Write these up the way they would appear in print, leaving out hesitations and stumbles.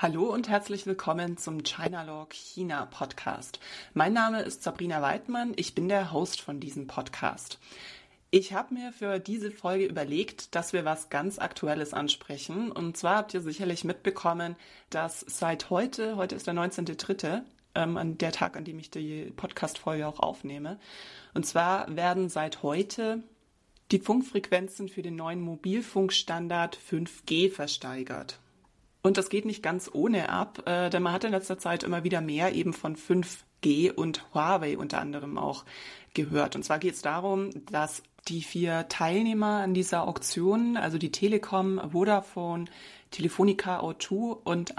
Hallo und herzlich willkommen zum Chinalog China Podcast. Mein Name ist Sabrina Weidmann, ich bin der Host von diesem Podcast. Ich habe mir für diese Folge überlegt, dass wir was ganz Aktuelles ansprechen. Und zwar habt ihr sicherlich mitbekommen, dass seit heute ist der 19.3., an der Tag, an dem ich die Podcast-Folge auch aufnehme. Und zwar werden seit heute die Funkfrequenzen für den neuen Mobilfunkstandard 5G versteigert. Und das geht nicht ganz ohne ab, denn man hat in letzter Zeit immer wieder mehr eben von 5G und Huawei unter anderem auch gehört. Und zwar geht es darum, dass die 4 Teilnehmer an dieser Auktion, also die Telekom, Vodafone, Telefonica O2 und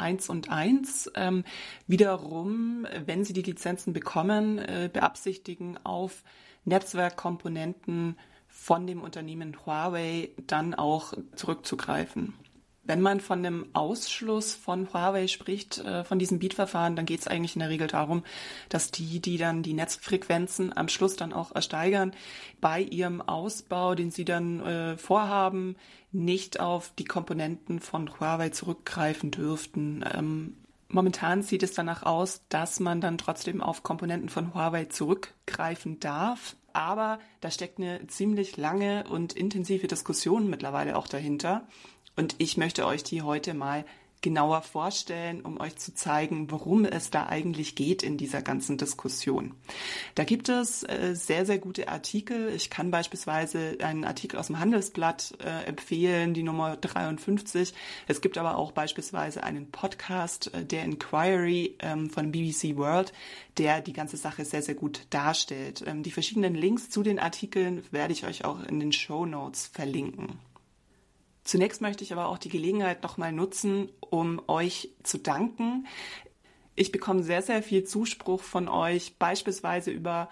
1&1, wiederum, wenn sie die Lizenzen bekommen, beabsichtigen, auf Netzwerkkomponenten von dem Unternehmen Huawei dann auch zurückzugreifen. Wenn man von einem Ausschluss von Huawei spricht, von diesem Bietverfahren, dann geht es eigentlich in der Regel darum, dass die dann die Netzfrequenzen am Schluss dann auch ersteigern, bei ihrem Ausbau, den sie dann vorhaben, nicht auf die Komponenten von Huawei zurückgreifen dürften. Momentan sieht es danach aus, dass man dann trotzdem auf Komponenten von Huawei zurückgreifen darf. Aber da steckt eine ziemlich lange und intensive Diskussion mittlerweile auch dahinter. Und ich möchte euch die heute mal genauer vorstellen, um euch zu zeigen, worum es da eigentlich geht in dieser ganzen Diskussion. Da gibt es sehr, sehr gute Artikel. Ich kann beispielsweise einen Artikel aus dem Handelsblatt empfehlen, die Nummer 53. Es gibt aber auch beispielsweise einen Podcast, der Inquiry von BBC World, der die ganze Sache sehr, sehr gut darstellt. Die verschiedenen Links zu den Artikeln werde ich euch auch in den Shownotes verlinken. Zunächst möchte ich aber auch die Gelegenheit nochmal nutzen, um euch zu danken. Ich bekomme sehr, sehr viel Zuspruch von euch, beispielsweise über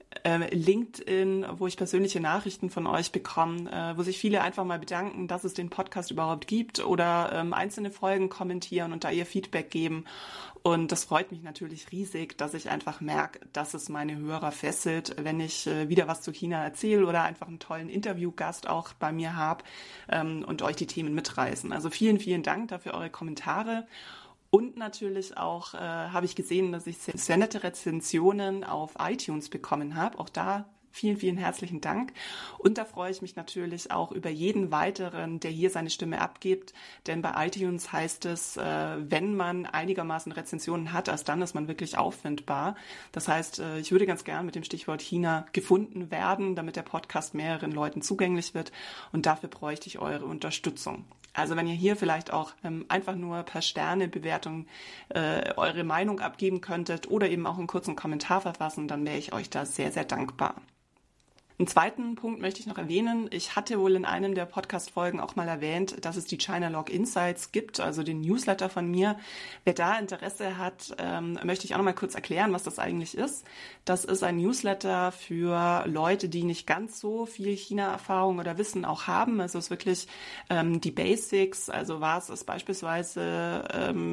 LinkedIn, wo ich persönliche Nachrichten von euch bekomme, wo sich viele einfach mal bedanken, dass es den Podcast überhaupt gibt oder einzelne Folgen kommentieren und da ihr Feedback geben. Und das freut mich natürlich riesig, dass ich einfach merke, dass es meine Hörer fesselt, wenn ich wieder was zu China erzähle oder einfach einen tollen Interviewgast auch bei mir habe und euch die Themen mitreißen. Also vielen, vielen Dank dafür eure Kommentare. Und natürlich auch habe ich gesehen, dass ich sehr nette Rezensionen auf iTunes bekommen habe. Auch da vielen, vielen herzlichen Dank. Und da freue ich mich natürlich auch über jeden weiteren, der hier seine Stimme abgibt. Denn bei iTunes heißt es, wenn man einigermaßen Rezensionen hat, erst dann ist man wirklich auffindbar. Das heißt, ich würde ganz gern mit dem Stichwort China gefunden werden, damit der Podcast mehreren Leuten zugänglich wird. Und dafür bräuchte ich eure Unterstützung. Also wenn ihr hier vielleicht auch einfach nur per Sternebewertung eure Meinung abgeben könntet oder eben auch einen kurzen Kommentar verfassen, dann wäre ich euch da sehr, sehr dankbar. Einen zweiten Punkt möchte ich noch erwähnen. Ich hatte wohl in einem der Podcast-Folgen auch mal erwähnt, dass es die Chinalog Insights gibt, also den Newsletter von mir. Wer da Interesse hat, möchte ich auch noch mal kurz erklären, was das eigentlich ist. Das ist ein Newsletter für Leute, die nicht ganz so viel China-Erfahrung oder Wissen auch haben. Also es ist wirklich die Basics, also was ist beispielsweise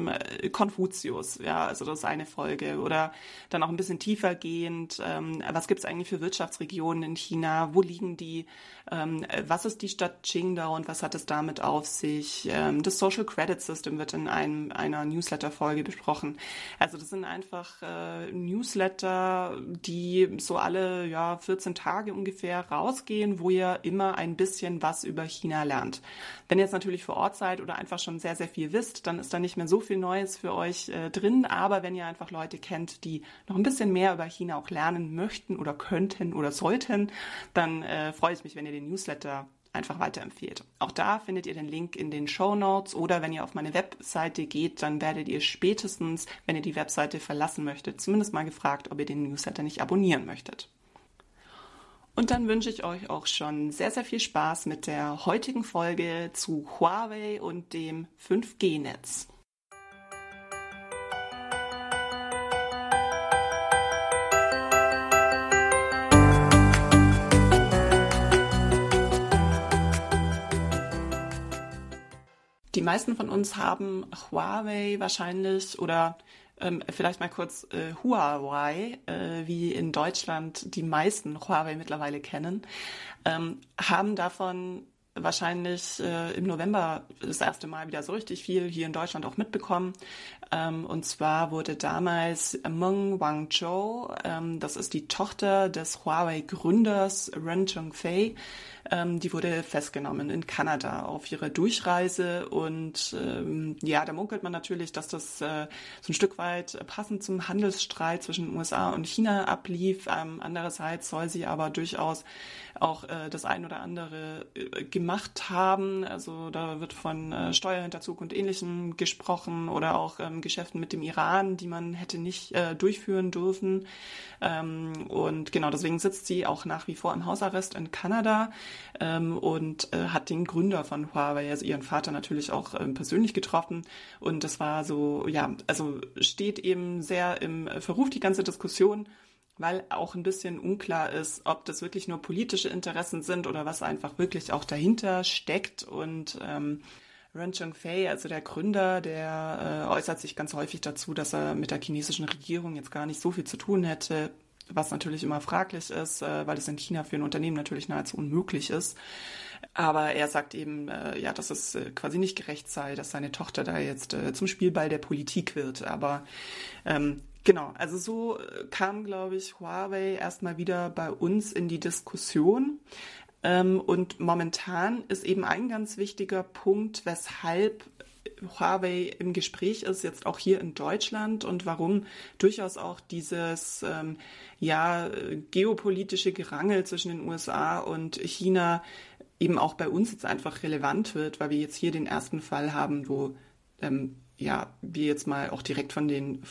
Konfuzius, ja, also das ist eine Folge. Oder dann auch ein bisschen tiefer gehend, was gibt es eigentlich für Wirtschaftsregionen in China? Wo liegen die? Was ist die Stadt Qingdao und was hat es damit auf sich? Das Social Credit System wird in einer Newsletter-Folge besprochen. Also das sind einfach Newsletter, die so alle 14 Tage ungefähr rausgehen, wo ihr immer ein bisschen was über China lernt. Wenn ihr jetzt natürlich vor Ort seid oder einfach schon sehr, sehr viel wisst, dann ist da nicht mehr so viel Neues für euch drin. Aber wenn ihr einfach Leute kennt, die noch ein bisschen mehr über China auch lernen möchten oder könnten oder sollten, dann freue ich mich, wenn ihr den Newsletter einfach weiterempfehlt. Auch da findet ihr den Link in den Shownotes oder wenn ihr auf meine Webseite geht, dann werdet ihr spätestens, wenn ihr die Webseite verlassen möchtet, zumindest mal gefragt, ob ihr den Newsletter nicht abonnieren möchtet. Und dann wünsche ich euch auch schon sehr, sehr viel Spaß mit der heutigen Folge zu Huawei und dem 5G-Netz. Die meisten von uns haben Huawei wahrscheinlich oder vielleicht mal kurz Huawei, wie in Deutschland die meisten Huawei mittlerweile kennen, haben davon wahrscheinlich im November das erste Mal wieder so richtig viel hier in Deutschland auch mitbekommen. Und zwar wurde damals Meng Wanzhou, das ist die Tochter des Huawei-Gründers Ren Zhengfei, die wurde festgenommen in Kanada auf ihrer Durchreise. Und da munkelt man natürlich, dass das so ein Stück weit passend zum Handelsstreit zwischen den USA und China ablief. Andererseits soll sie aber durchaus auch das ein oder andere gemacht haben. Also da wird von Steuerhinterzug und Ähnlichem gesprochen oder auch Geschäften mit dem Iran, die man hätte nicht durchführen dürfen. Und genau deswegen sitzt sie auch nach wie vor im Hausarrest in Kanada und hat den Gründer von Huawei, also ihren Vater, natürlich auch persönlich getroffen. Und das war so, also steht eben sehr im Verruf, die ganze Diskussion, weil auch ein bisschen unklar ist, ob das wirklich nur politische Interessen sind oder was einfach wirklich auch dahinter steckt. Und Ren Zhengfei, also der Gründer, der äußert sich ganz häufig dazu, dass er mit der chinesischen Regierung jetzt gar nicht so viel zu tun hätte, was natürlich immer fraglich ist, weil es in China für ein Unternehmen natürlich nahezu unmöglich ist. Aber er sagt eben, dass es quasi nicht gerecht sei, dass seine Tochter da jetzt zum Spielball der Politik wird. Aber genau, also so kam, glaube ich, Huawei erstmal wieder bei uns in die Diskussion. Und momentan ist eben ein ganz wichtiger Punkt, weshalb Huawei im Gespräch ist, jetzt auch hier in Deutschland, und warum durchaus auch dieses geopolitische Gerangel zwischen den USA und China eben auch bei uns jetzt einfach relevant wird, weil wir jetzt hier den ersten Fall haben, wo wir jetzt mal auch direkt von den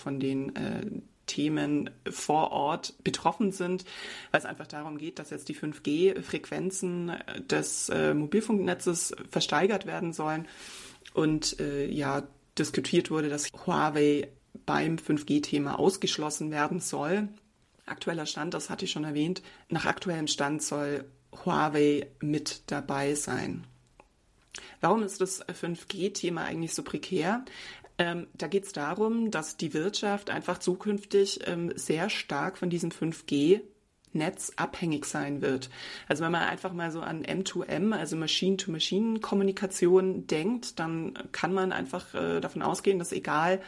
Themen vor Ort betroffen sind, weil es einfach darum geht, dass jetzt die 5G-Frequenzen des Mobilfunknetzes versteigert werden sollen und diskutiert wurde, dass Huawei beim 5G-Thema ausgeschlossen werden soll. Aktueller Stand, das hatte ich schon erwähnt, nach aktuellem Stand soll Huawei mit dabei sein. Warum ist das 5G-Thema eigentlich so prekär? Da geht es darum, dass die Wirtschaft einfach zukünftig sehr stark von diesem 5G-Netz abhängig sein wird. Also wenn man einfach mal so an M2M, also Machine-to-Machine-Kommunikation denkt, dann kann man einfach davon ausgehen, dass egal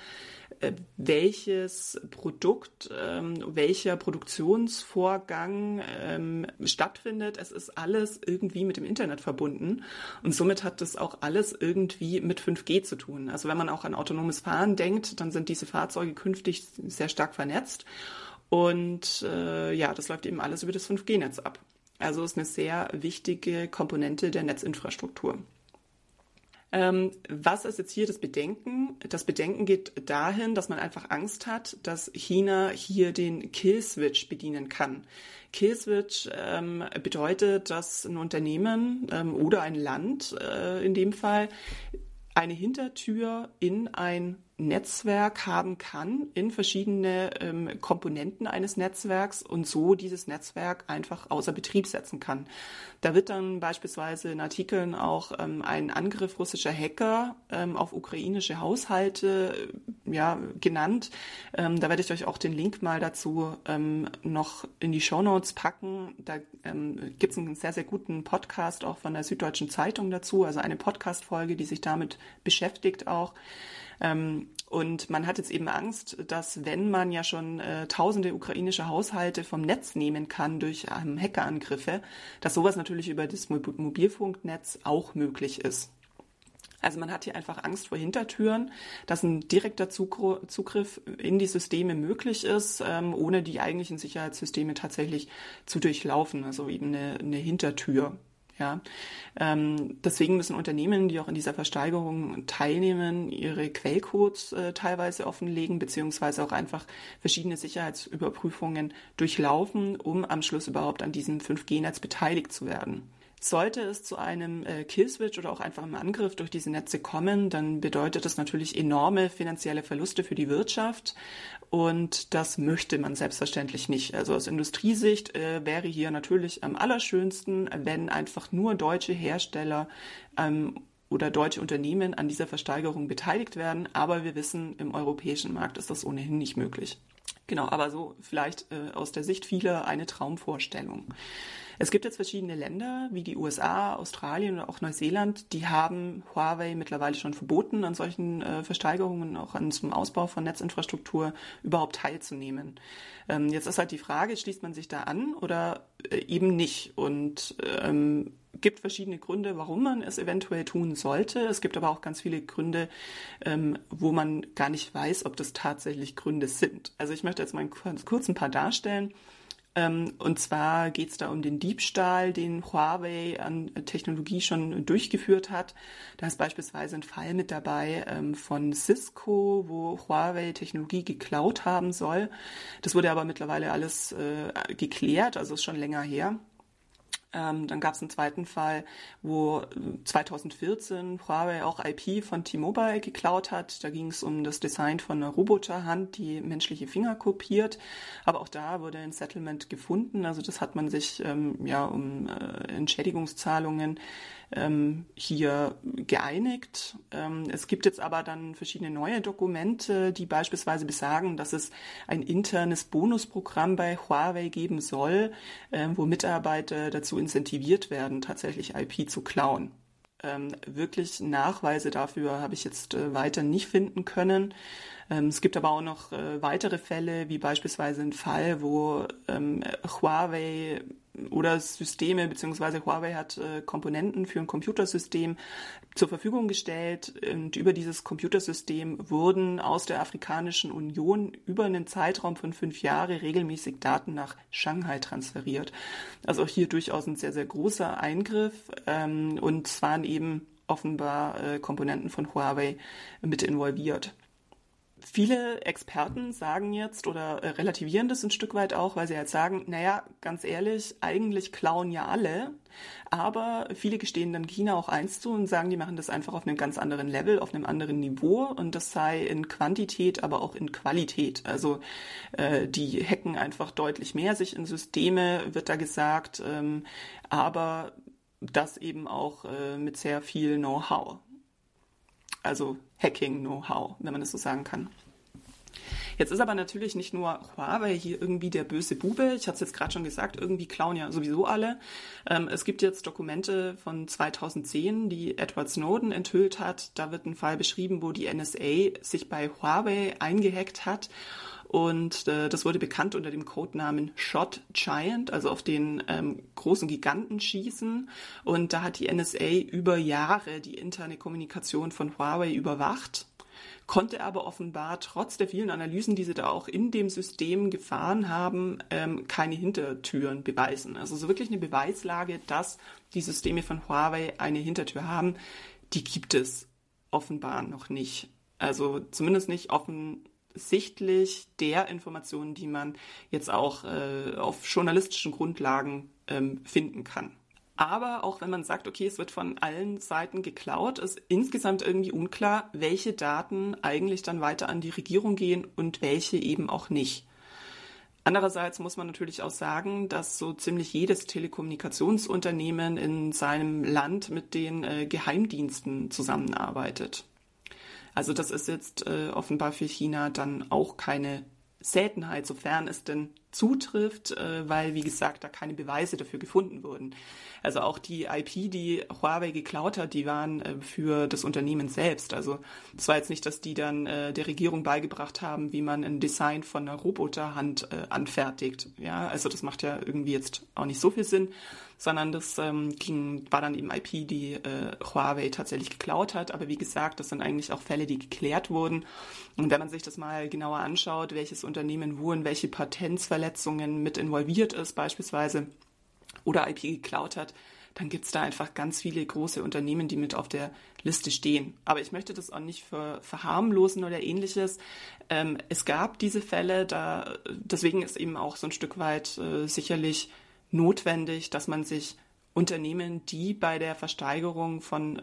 welches Produkt, welcher Produktionsvorgang stattfindet. Es ist alles irgendwie mit dem Internet verbunden und somit hat das auch alles irgendwie mit 5G zu tun. Also wenn man auch an autonomes Fahren denkt, dann sind diese Fahrzeuge künftig sehr stark vernetzt und das läuft eben alles über das 5G-Netz ab. Also ist eine sehr wichtige Komponente der Netzinfrastruktur. Was ist jetzt hier das Bedenken? Das Bedenken geht dahin, dass man einfach Angst hat, dass China hier den Kill-Switch bedienen kann. Kill-Switch bedeutet, dass ein Unternehmen oder ein Land in dem Fall eine Hintertür in ein Netzwerk haben kann, in verschiedene Komponenten eines Netzwerks und so dieses Netzwerk einfach außer Betrieb setzen kann. Da wird dann beispielsweise in Artikeln auch ein Angriff russischer Hacker auf ukrainische Haushalte genannt. Da werde ich euch auch den Link mal dazu noch in die Shownotes packen. Da gibt es einen sehr, sehr guten Podcast auch von der Süddeutschen Zeitung dazu, also eine Podcast-Folge, die sich damit beschäftigt auch. Und man hat jetzt eben Angst, dass wenn man ja schon tausende ukrainische Haushalte vom Netz nehmen kann durch Hackerangriffe, dass sowas natürlich über das Mobilfunknetz auch möglich ist. Also man hat hier einfach Angst vor Hintertüren, dass ein direkter Zugriff in die Systeme möglich ist, ohne die eigentlichen Sicherheitssysteme tatsächlich zu durchlaufen, also eben eine Hintertür. Ja, deswegen müssen Unternehmen, die auch in dieser Versteigerung teilnehmen, ihre Quellcodes teilweise offenlegen, beziehungsweise auch einfach verschiedene Sicherheitsüberprüfungen durchlaufen, um am Schluss überhaupt an diesem 5G-Netz beteiligt zu werden. Sollte es zu einem Killswitch oder auch einfach einem Angriff durch diese Netze kommen, dann bedeutet das natürlich enorme finanzielle Verluste für die Wirtschaft und das möchte man selbstverständlich nicht. Also aus Industriesicht wäre hier natürlich am allerschönsten, wenn einfach nur deutsche Hersteller oder deutsche Unternehmen an dieser Versteigerung beteiligt werden, aber wir wissen, im europäischen Markt ist das ohnehin nicht möglich. Genau, aber so vielleicht aus der Sicht vieler eine Traumvorstellung. Es gibt jetzt verschiedene Länder, wie die USA, Australien oder auch Neuseeland, die haben Huawei mittlerweile schon verboten, an solchen Versteigerungen, auch an zum Ausbau von Netzinfrastruktur überhaupt teilzunehmen. Jetzt ist halt die Frage, schließt man sich da an oder eben nicht? Und gibt verschiedene Gründe, warum man es eventuell tun sollte. Es gibt aber auch ganz viele Gründe, wo man gar nicht weiß, ob das tatsächlich Gründe sind. Also ich möchte jetzt mal kurz ein paar darstellen. Und zwar geht es da um den Diebstahl, den Huawei an Technologie schon durchgeführt hat. Da ist beispielsweise ein Fall mit dabei von Cisco, wo Huawei Technologie geklaut haben soll. Das wurde aber mittlerweile alles geklärt, also ist schon länger her. Dann gab es einen zweiten Fall, wo 2014 Huawei auch IP von T-Mobile geklaut hat. Da ging es um das Design von einer Roboterhand, die menschliche Finger kopiert. Aber auch da wurde ein Settlement gefunden. Also das hat man sich um Entschädigungszahlungen hier geeinigt. Es gibt jetzt aber dann verschiedene neue Dokumente, die beispielsweise besagen, dass es ein internes Bonusprogramm bei Huawei geben soll, wo Mitarbeiter dazu incentiviert werden, tatsächlich IP zu klauen. Wirklich Nachweise dafür habe ich jetzt weiter nicht finden können. Es gibt aber auch noch weitere Fälle, wie beispielsweise ein Fall, wo Huawei oder Systeme, beziehungsweise Huawei hat Komponenten für ein Computersystem zur Verfügung gestellt und über dieses Computersystem wurden aus der Afrikanischen Union über einen Zeitraum von 5 Jahren regelmäßig Daten nach Shanghai transferiert. Also auch hier durchaus ein sehr, sehr großer Eingriff und es waren eben offenbar Komponenten von Huawei mit involviert. Viele Experten sagen jetzt oder relativieren das ein Stück weit auch, weil sie halt sagen, naja, ganz ehrlich, eigentlich klauen ja alle, aber viele gestehen dann China auch eins zu und sagen, die machen das einfach auf einem ganz anderen Level, auf einem anderen Niveau und das sei in Quantität, aber auch in Qualität. Also die hacken einfach deutlich mehr sich in Systeme, wird da gesagt, aber das eben auch mit sehr viel Know-how. Also Hacking-Know-how, wenn man das so sagen kann. Jetzt ist aber natürlich nicht nur Huawei hier irgendwie der böse Bube. Ich hatte es jetzt gerade schon gesagt, irgendwie klauen ja sowieso alle. Es gibt jetzt Dokumente von 2010, die Edward Snowden enthüllt hat. Da wird ein Fall beschrieben, wo die NSA sich bei Huawei eingehackt hat. Und das wurde bekannt unter dem Codenamen Shot Giant, also auf den großen Giganten schießen. Und da hat die NSA über Jahre die interne Kommunikation von Huawei überwacht, konnte aber offenbar trotz der vielen Analysen, die sie da auch in dem System gefahren haben, keine Hintertüren beweisen. Also so wirklich eine Beweislage, dass die Systeme von Huawei eine Hintertür haben, die gibt es offenbar noch nicht. Also zumindest nicht offensichtlich der Informationen, die man jetzt auch auf journalistischen Grundlagen finden kann. Aber auch wenn man sagt, okay, es wird von allen Seiten geklaut, ist insgesamt irgendwie unklar, welche Daten eigentlich dann weiter an die Regierung gehen und welche eben auch nicht. Andererseits muss man natürlich auch sagen, dass so ziemlich jedes Telekommunikationsunternehmen in seinem Land mit den Geheimdiensten zusammenarbeitet. Also das ist jetzt offenbar für China dann auch keine Seltenheit, sofern es denn zutrifft, weil, wie gesagt, da keine Beweise dafür gefunden wurden. Also auch die IP, die Huawei geklaut hat, die waren für das Unternehmen selbst. Also es war jetzt nicht, dass die dann der Regierung beigebracht haben, wie man ein Design von einer Roboterhand anfertigt. Ja, also das macht ja irgendwie jetzt auch nicht so viel Sinn, sondern das war dann eben IP, die Huawei tatsächlich geklaut hat. Aber wie gesagt, das sind eigentlich auch Fälle, die geklärt wurden. Und wenn man sich das mal genauer anschaut, welches Unternehmen wo in welche Patentsverletzungen mit involviert ist beispielsweise oder IP geklaut hat, dann gibt es da einfach ganz viele große Unternehmen, die mit auf der Liste stehen. Aber ich möchte das auch nicht verharmlosen oder ähnliches. Es gab diese Fälle, deswegen ist eben auch so ein Stück weit sicherlich notwendig, dass man sich Unternehmen, die bei der Versteigerung von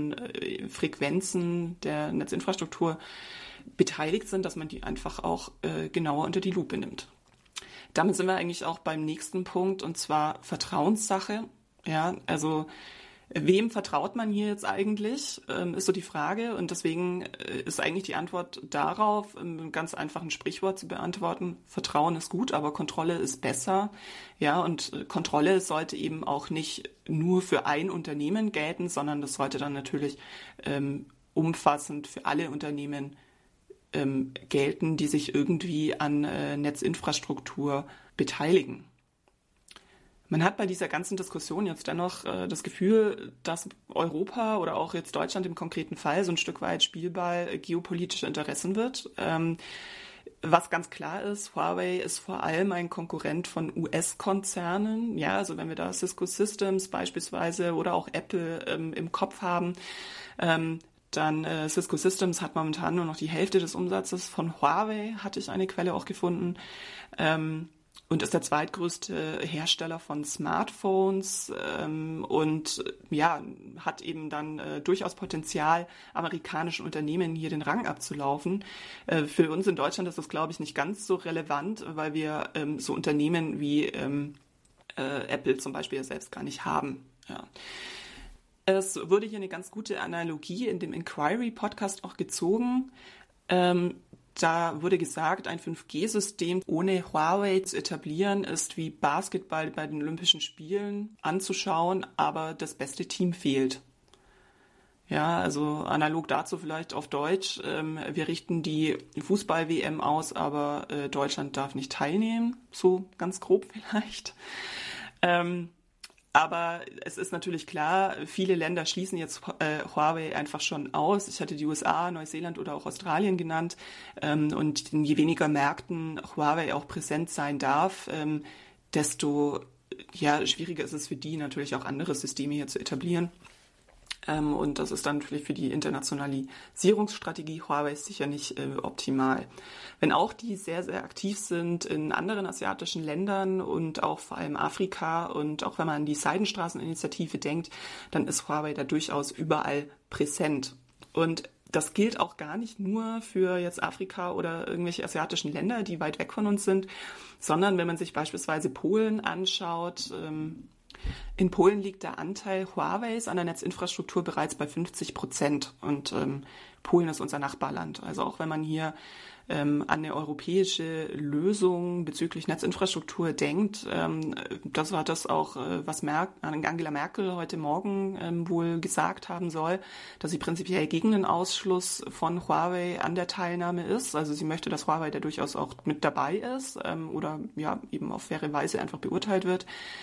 Frequenzen der Netzinfrastruktur beteiligt sind, dass man die einfach auch genauer unter die Lupe nimmt. Damit sind wir eigentlich auch beim nächsten Punkt, und zwar Vertrauenssache. Ja, also Wem vertraut man hier jetzt eigentlich, ist so die Frage. Und deswegen ist eigentlich die Antwort darauf, ganz einfach ein Sprichwort zu beantworten. Vertrauen ist gut, aber Kontrolle ist besser. Ja, und Kontrolle sollte eben auch nicht nur für ein Unternehmen gelten, sondern das sollte dann natürlich umfassend für alle Unternehmen gelten, die sich irgendwie an Netzinfrastruktur beteiligen. Man hat bei dieser ganzen Diskussion jetzt dennoch das Gefühl, dass Europa oder auch jetzt Deutschland im konkreten Fall so ein Stück weit Spielball geopolitischer Interessen wird. Was ganz klar ist, Huawei ist vor allem ein Konkurrent von US-Konzernen. Ja, also wenn wir da Cisco Systems beispielsweise oder auch Apple im Kopf haben, dann Cisco Systems hat momentan nur noch die Hälfte des Umsatzes von Huawei, hatte ich eine Quelle auch gefunden. Und ist der zweitgrößte Hersteller von Smartphones und ja, hat eben dann durchaus Potenzial, amerikanischen Unternehmen hier den Rang abzulaufen. Für uns in Deutschland ist das, glaube ich, nicht ganz so relevant, weil wir so Unternehmen wie Apple zum Beispiel selbst gar nicht haben. Ja. Es wurde hier eine ganz gute Analogie in dem Inquiry-Podcast auch gezogen. Da wurde gesagt, ein 5G-System ohne Huawei zu etablieren, ist wie Basketball bei den Olympischen Spielen anzuschauen, aber das beste Team fehlt. Ja, also analog dazu vielleicht auf Deutsch. Wir richten die Fußball-WM aus, aber Deutschland darf nicht teilnehmen. So ganz grob vielleicht. Aber es ist natürlich klar, viele Länder schließen jetzt Huawei einfach schon aus. Ich hatte die USA, Neuseeland oder auch Australien genannt. Und je weniger Märkten Huawei auch präsent sein darf, desto schwieriger ist es für die natürlich auch andere Systeme hier zu etablieren. Und das ist dann natürlich für die Internationalisierungsstrategie Huawei sicher nicht optimal. Wenn auch die sehr, sehr aktiv sind in anderen asiatischen Ländern und auch vor allem Afrika und auch wenn man an die Seidenstraßeninitiative denkt, dann ist Huawei da durchaus überall präsent. Und das gilt auch gar nicht nur für jetzt Afrika oder irgendwelche asiatischen Länder, die weit weg von uns sind, sondern wenn man sich beispielsweise Polen anschaut, in Polen liegt der Anteil Huaweis an der Netzinfrastruktur bereits bei 50% und Polen ist unser Nachbarland. Also auch wenn man hier an eine europäische Lösung bezüglich Netzinfrastruktur denkt, das war das auch, was Angela Merkel heute Morgen wohl gesagt haben soll, dass sie prinzipiell gegen den Ausschluss von Huawei an der Teilnahme ist. Also sie möchte, dass Huawei da durchaus auch mit dabei ist oder ja eben auf faire Weise einfach beurteilt wird.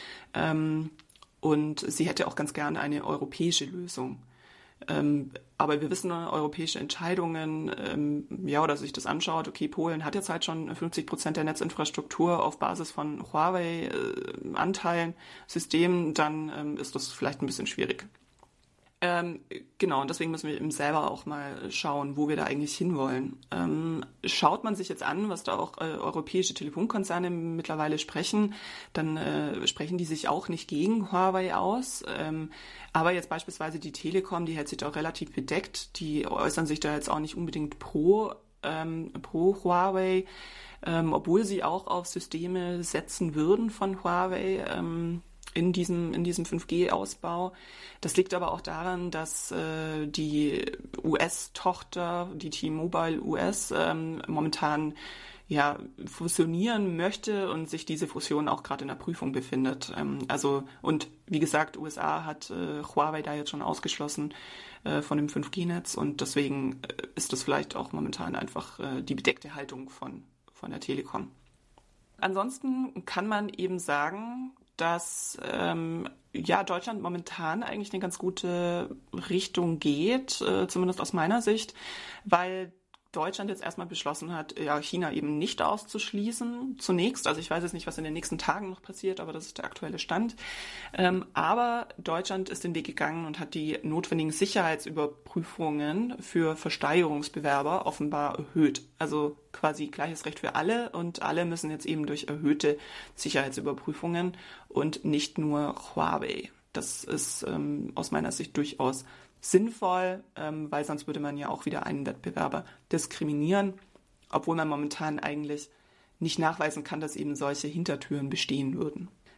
Und sie hätte auch ganz gerne eine europäische Lösung. Aber wir wissen, europäische Entscheidungen, oder sich das anschaut, okay, Polen hat jetzt halt schon 50% der Netzinfrastruktur auf Basis von Huawei-Anteilen, Systemen, dann ist das vielleicht ein bisschen schwierig. Genau, und deswegen müssen wir eben selber auch mal schauen, wo wir da eigentlich hinwollen. Schaut man sich jetzt an, was da auch europäische Telefonkonzerne mittlerweile sprechen, dann sprechen die sich auch nicht gegen Huawei aus. Aber jetzt beispielsweise die Telekom, die hält sich da auch relativ bedeckt. Die äußern sich da jetzt auch nicht unbedingt pro Huawei, obwohl sie auch auf Systeme setzen würden von Huawei, in diesem 5G-Ausbau. Das liegt aber auch daran, dass die US-Tochter, die T-Mobile US, momentan fusionieren möchte und sich diese Fusion auch gerade in der Prüfung befindet. Und wie gesagt, USA hat Huawei da jetzt schon ausgeschlossen von dem 5G-Netz und deswegen ist das vielleicht auch momentan einfach die bedeckte Haltung von der Telekom. Ansonsten kann man eben sagen, dass Deutschland momentan eigentlich eine ganz gute Richtung geht, zumindest aus meiner Sicht, weil Deutschland jetzt erstmal beschlossen hat, China eben nicht auszuschließen, zunächst. Also ich weiß jetzt nicht, was in den nächsten Tagen noch passiert, aber das ist der aktuelle Stand. Aber Deutschland ist den Weg gegangen und hat die notwendigen Sicherheitsüberprüfungen für Versteigerungsbewerber offenbar erhöht. Also quasi gleiches Recht für alle und alle müssen jetzt eben durch erhöhte Sicherheitsüberprüfungen und nicht nur Huawei. Das ist aus meiner Sicht durchaus sinnvoll, weil sonst würde man ja auch wieder einen Wettbewerber diskriminieren, obwohl man momentan eigentlich nicht nachweisen kann, dass eben solche Hintertüren bestehen würden.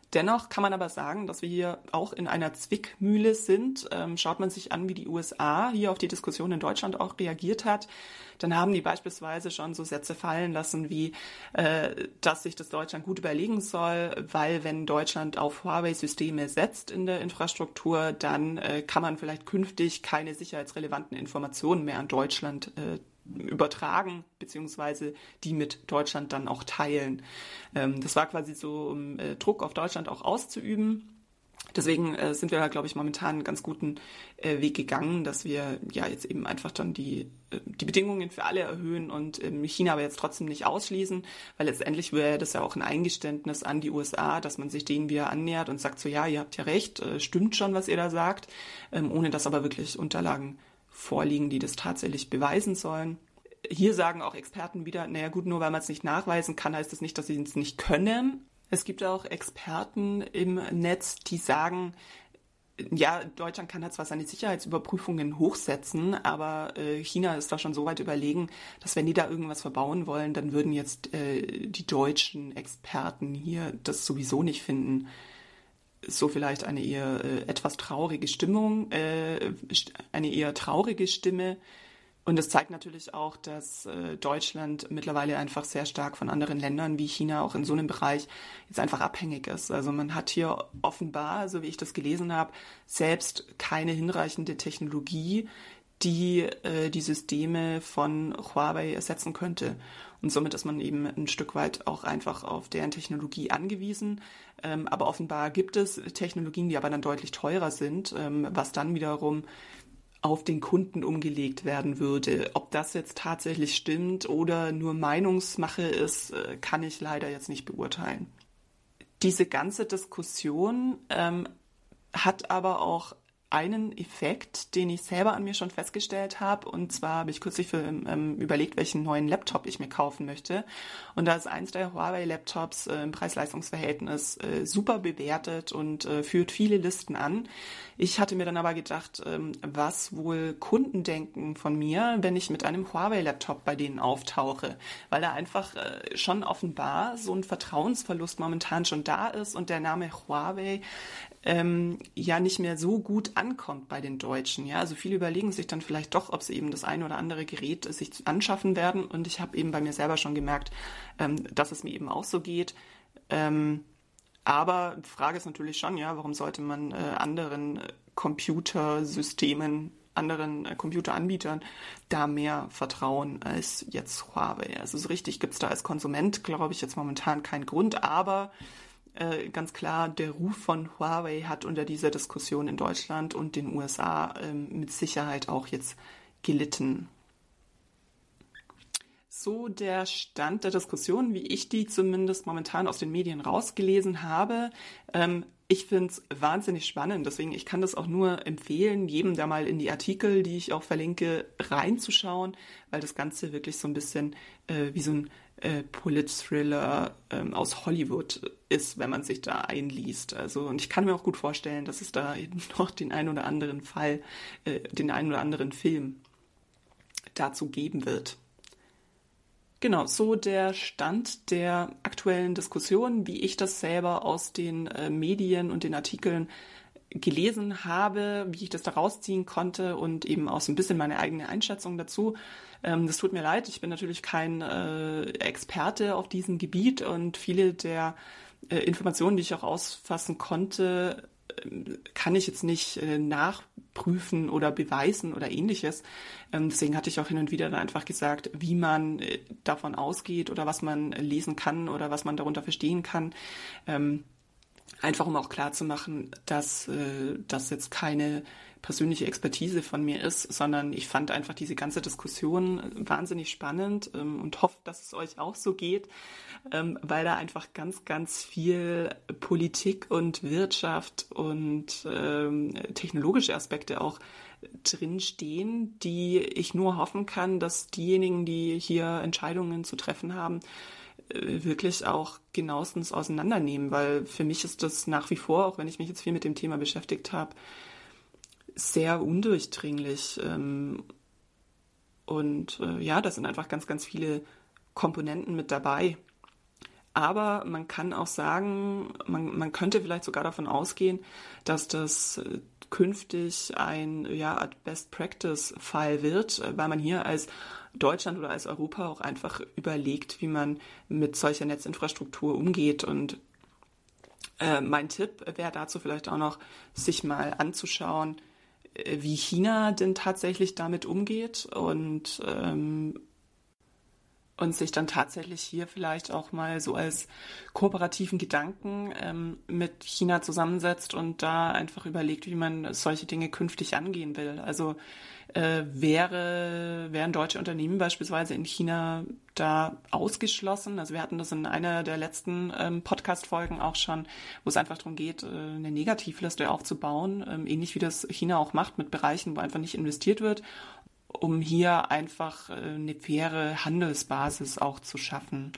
Dennoch kann man aber sagen, dass wir hier auch in einer Zwickmühle sind. Schaut man sich an, wie die USA hier auf die Diskussion in Deutschland auch reagiert hat, dann haben die beispielsweise schon so Sätze fallen lassen wie, dass sich das Deutschland gut überlegen soll, weil wenn Deutschland auf Huawei-Systeme setzt in der Infrastruktur, dann kann man vielleicht künftig keine sicherheitsrelevanten Informationen mehr an Deutschland übertragen, beziehungsweise die mit Deutschland dann auch teilen. Das war quasi so, um Druck auf Deutschland auch auszuüben. Deswegen sind wir da, glaube ich, momentan einen ganz guten Weg gegangen, dass wir ja jetzt eben einfach dann die Bedingungen für alle erhöhen und China aber jetzt trotzdem nicht ausschließen, weil letztendlich wäre das ja auch ein Eingeständnis an die USA, dass man sich denen wieder annähert und sagt so, ja, ihr habt ja recht, stimmt schon, was ihr da sagt, ohne dass aber wirklich Unterlagen vorliegen, die das tatsächlich beweisen sollen. Hier sagen auch Experten wieder, naja gut, nur weil man es nicht nachweisen kann, heißt das nicht, dass sie es nicht können. Es gibt auch Experten im Netz, die sagen, ja, Deutschland kann da zwar seine Sicherheitsüberprüfungen hochsetzen, aber China ist da schon so weit überlegen, dass wenn die da irgendwas verbauen wollen, dann würden jetzt die deutschen Experten hier das sowieso nicht finden. So vielleicht eine eher etwas traurige Stimmung, eine eher traurige Stimme. Und es zeigt natürlich auch, dass Deutschland mittlerweile einfach sehr stark von anderen Ländern wie China auch in so einem Bereich jetzt einfach abhängig ist. Also man hat hier offenbar, so wie ich das gelesen habe, selbst keine hinreichende Technologie, die die Systeme von Huawei ersetzen könnte. Und somit ist man eben ein Stück weit auch einfach auf deren Technologie angewiesen. Aber offenbar gibt es Technologien, die aber dann deutlich teurer sind, was dann wiederum auf den Kunden umgelegt werden würde. Ob das jetzt tatsächlich stimmt oder nur Meinungsmache ist, kann ich leider jetzt nicht beurteilen. Diese ganze Diskussion hat aber auch einen Effekt, den ich selber an mir schon festgestellt habe. Und zwar habe ich kürzlich überlegt, welchen neuen Laptop ich mir kaufen möchte. Und da ist eins der Huawei-Laptops im Preis-Leistungs-Verhältnis super bewertet und führt viele Listen an. Ich hatte mir dann aber gedacht, was wohl Kunden denken von mir, wenn ich mit einem Huawei-Laptop bei denen auftauche. Weil da einfach schon offenbar so ein Vertrauensverlust momentan schon da ist und der Name Huawei ja nicht mehr so gut ankommt bei den Deutschen. Ja, also viele überlegen sich dann vielleicht doch, ob sie eben das eine oder andere Gerät sich anschaffen werden. Und ich habe eben bei mir selber schon gemerkt, dass es mir eben auch so geht. Aber die Frage ist natürlich schon, ja, warum sollte man anderen Computersystemen, anderen Computeranbietern da mehr vertrauen als jetzt Huawei? Also so richtig gibt es da als Konsument, glaube ich, jetzt momentan keinen Grund, aber ganz klar, der Ruf von Huawei hat unter dieser Diskussion in Deutschland und den USA mit Sicherheit auch jetzt gelitten. So der Stand der Diskussion, wie ich die zumindest momentan aus den Medien rausgelesen habe. Ich finde es wahnsinnig spannend, deswegen ich kann das auch nur empfehlen, jedem da mal in die Artikel, die ich auch verlinke, reinzuschauen, weil das Ganze wirklich so ein bisschen wie so ein Polit-Thriller aus Hollywood ist, wenn man sich da einliest. Also, und ich kann mir auch gut vorstellen, dass es da eben noch den einen oder anderen Fall, den einen oder anderen Film dazu geben wird. Genau, so der Stand der aktuellen Diskussion, wie ich das selber aus den Medien und den Artikeln gelesen habe, wie ich das da rausziehen konnte und eben auch so ein bisschen meine eigene Einschätzung dazu. Das tut mir leid, ich bin natürlich kein Experte auf diesem Gebiet und viele der Informationen, die ich auch ausfassen konnte, kann ich jetzt nicht nachprüfen oder beweisen oder ähnliches. Deswegen hatte ich auch hin und wieder dann einfach gesagt, wie man davon ausgeht oder was man lesen kann oder was man darunter verstehen kann. Einfach um auch klarzumachen, dass das jetzt keine persönliche Expertise von mir ist, sondern ich fand einfach diese ganze Diskussion wahnsinnig spannend und hoffe, dass es euch auch so geht, weil da einfach ganz, ganz viel Politik und Wirtschaft und technologische Aspekte auch drinstehen, die ich nur hoffen kann, dass diejenigen, die hier Entscheidungen zu treffen haben, wirklich auch genauestens auseinandernehmen, weil für mich ist das nach wie vor, auch wenn ich mich jetzt viel mit dem Thema beschäftigt habe, sehr undurchdringlich. Und ja, da sind einfach ganz, ganz viele Komponenten mit dabei. Aber man kann auch sagen, man könnte vielleicht sogar davon ausgehen, dass das künftig ein Art Best-Practice-Fall wird, weil man hier als Deutschland oder als Europa auch einfach überlegt, wie man mit solcher Netzinfrastruktur umgeht. Und mein Tipp wäre dazu vielleicht auch noch, sich mal anzuschauen, wie China denn tatsächlich damit umgeht und sich dann tatsächlich hier vielleicht auch mal so als kooperativen Gedanken mit China zusammensetzt und da einfach überlegt, wie man solche Dinge künftig angehen will. Also wären deutsche Unternehmen beispielsweise in China da ausgeschlossen? Also wir hatten das in einer der letzten Podcast-Folgen auch schon, wo es einfach darum geht, eine Negativliste aufzubauen, ähnlich wie das China auch macht mit Bereichen, wo einfach nicht investiert wird, um hier einfach eine faire Handelsbasis auch zu schaffen.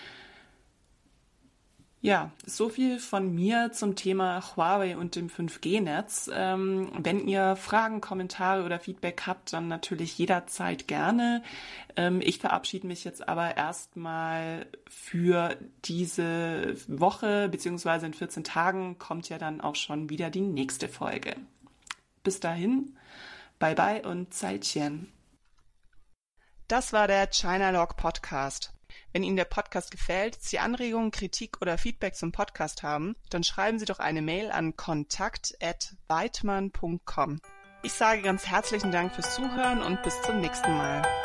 Ja, so viel von mir zum Thema Huawei und dem 5G-Netz. Wenn ihr Fragen, Kommentare oder Feedback habt, dann natürlich jederzeit gerne. Ich verabschiede mich jetzt aber erstmal für diese Woche, beziehungsweise in 14 Tagen kommt ja dann auch schon wieder die nächste Folge. Bis dahin, bye bye und Zeitchen. Das war der Chinalog Podcast. Wenn Ihnen der Podcast gefällt, Sie Anregungen, Kritik oder Feedback zum Podcast haben, dann schreiben Sie doch eine Mail an kontakt@weidmann.com. Ich sage ganz herzlichen Dank fürs Zuhören und bis zum nächsten Mal.